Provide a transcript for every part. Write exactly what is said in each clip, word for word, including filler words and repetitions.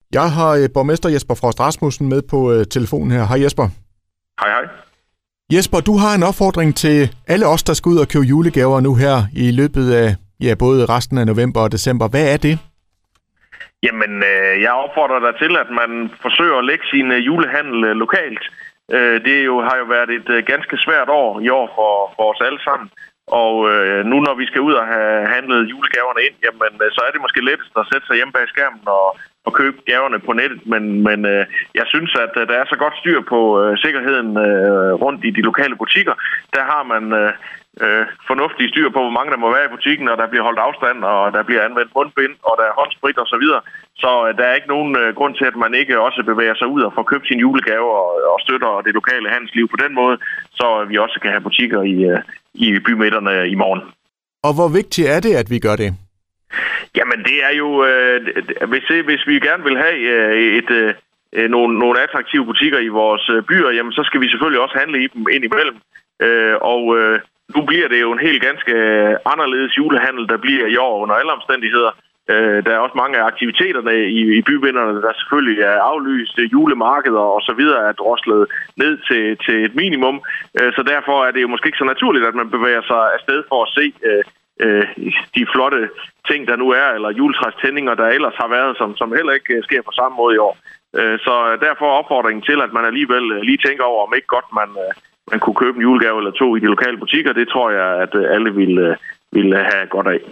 Jeg har øh, borgmester Jesper Frost Rasmussen med på øh, telefonen her. Hej Jesper. Hej hej. Jesper, du har en opfordring til alle os, der skal ud og købe julegaver nu her i løbet af ja, både resten af november og december. Hvad er det? Jamen, øh, jeg opfordrer dig til, at man forsøger at lægge sin øh, julehandel øh, lokalt. Øh, det jo, har jo været et øh, ganske svært år i år for, for os alle sammen. Og øh, nu når vi skal ud og have handlet julegaverne ind, jamen, øh, så er det måske lettest at sætte sig hjemme bag skærmen og, og købe gaverne på nettet. Men, men øh, jeg synes, at øh, der er så godt styr på øh, sikkerheden øh, rundt i de lokale butikker. Der har man øh, øh, fornuftige styr på, hvor mange der må være i butikken, og der bliver holdt afstand, og der bliver anvendt mundbind, og der er håndsprit og så videre. Så øh, der er ikke nogen øh, grund til, at man ikke også bevæger sig ud og får købt sin julegave og, og støtter det lokale handelsliv på den måde, så øh, vi også kan have butikker i, øh, i bymidterne i morgen. Og hvor vigtigt er det, at vi gør det? Jamen, det er jo... Øh, hvis, hvis vi gerne vil have øh, et, øh, nogle, nogle attraktive butikker i vores øh, byer, jamen, så skal vi selvfølgelig også handle i dem indimellem. Øh, og øh, nu bliver det jo en helt ganske anderledes julehandel, der bliver i år under alle omstændigheder. Øh, der er også mange af aktiviteterne i, i bybinderne, der selvfølgelig er aflyst, julemarkeder og så videre er droslet ned til, til et minimum. Øh, så derfor er det jo måske ikke så naturligt, at man bevæger sig afsted for at se øh, øh, de flotte ting, der nu er, eller juletræstændinger, der ellers har været, som, som heller ikke sker på samme måde i år. Øh, så derfor opfordringen til, at man alligevel lige tænker over, om ikke godt man, man kunne købe en julegave eller to i de lokale butikker, det tror jeg, at alle ville, ville have godt af.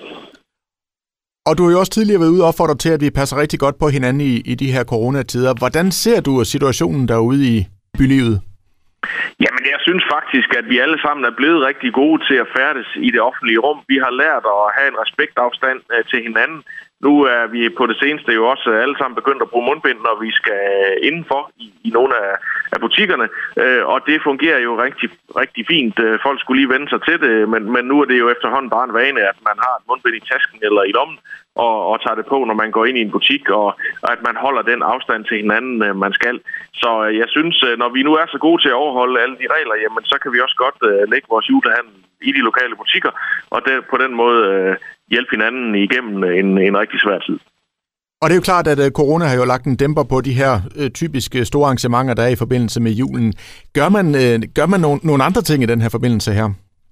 Og du har jo også tidligere været ude og opfordre til, at vi passer rigtig godt på hinanden i, i de her coronatider. Hvordan ser du situationen derude i bylivet? Jamen, jeg synes faktisk, at vi alle sammen er blevet rigtig gode til at færdes i det offentlige rum. Vi har lært at have en respektafstand til hinanden. Nu er vi på det seneste jo også alle sammen begyndt at bruge mundbind, når vi skal indenfor i, i nogle af, af butikkerne. Øh, og det fungerer jo rigtig, rigtig fint. Folk skulle lige vende sig til det, men, men nu er det jo efterhånden bare en vane, at man har et mundbind i tasken eller i lommen og, og tager det på, når man går ind i en butik, og, og at man holder den afstand til hinanden, man skal. Så jeg synes, når vi nu er så gode til at overholde alle de regler, jamen så kan vi også godt uh, lægge vores julehandel i de lokale butikker, og der, på den måde uh, hjælpe hinanden igennem en, en rigtig svær tid. Og det er jo klart, at uh, corona har jo lagt en dæmper på de her uh, typiske store arrangementer, der er i forbindelse med julen. Gør man, uh, gør man nogle, nogle andre ting i den her forbindelse her?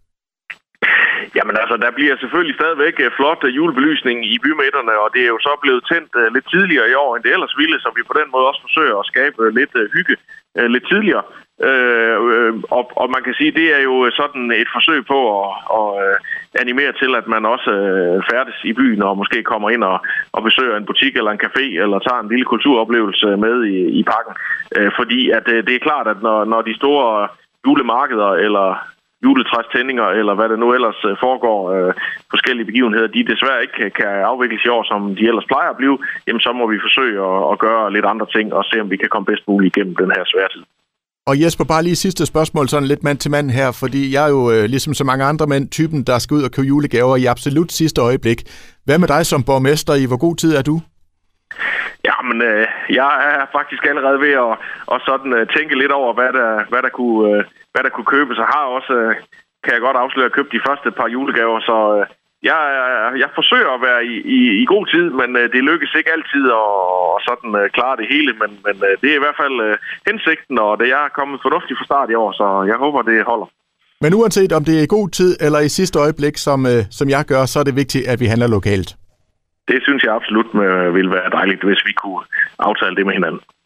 Jamen altså, der bliver selvfølgelig stadigvæk flot julebelysning i bymidterne, og det er jo så blevet tændt uh, lidt tidligere i år, end det ellers ville, så vi på den måde også forsøger at skabe lidt uh, hygge uh, lidt tidligere. Øh, øh, og, og man kan sige, det er jo sådan et forsøg på at, at uh, animere til, at man også uh, færdes i byen og måske kommer ind og, og besøger en butik eller en café eller tager en lille kulturoplevelse med i, i pakken. Uh, fordi at uh, det er klart, at når, når de store julemarkeder eller juletræstændinger, eller hvad det nu ellers uh, foregår, uh, forskellige begivenheder, de desværre ikke kan, kan afvikles i år, som de ellers plejer at blive, jamen så må vi forsøge at, at gøre lidt andre ting og se, om vi kan komme bedst muligt igennem den her svære tid. Og Jesper, bare lige sidste spørgsmål, sådan lidt mand til mand her, fordi jeg er jo, øh, ligesom så mange andre mænd, typen, der skal ud og købe julegaver i absolut sidste øjeblik. Hvad med dig som borgmester? I hvor god tid er du? Jamen, øh, jeg er faktisk allerede ved at, at sådan, øh, tænke lidt over, hvad der, hvad der, kunne, øh, hvad der kunne købes. Jeg har også, øh, kan jeg godt afsløre, at købe de første par julegaver, så øh, jeg, jeg forsøger at være i, i, i god tid, men øh, det lykkes ikke altid at, at sådan, øh, klare det hele. Men, men øh, det er i hvert fald øh, hensigten, og det er kommet fornuftigt fra start i år, så jeg håber, det holder. Men uanset om det er i god tid eller i sidste øjeblik, som, øh, som jeg gør, så er det vigtigt, at vi handler lokalt. Det synes jeg absolut ville være dejligt, hvis vi kunne aftale det med hinanden.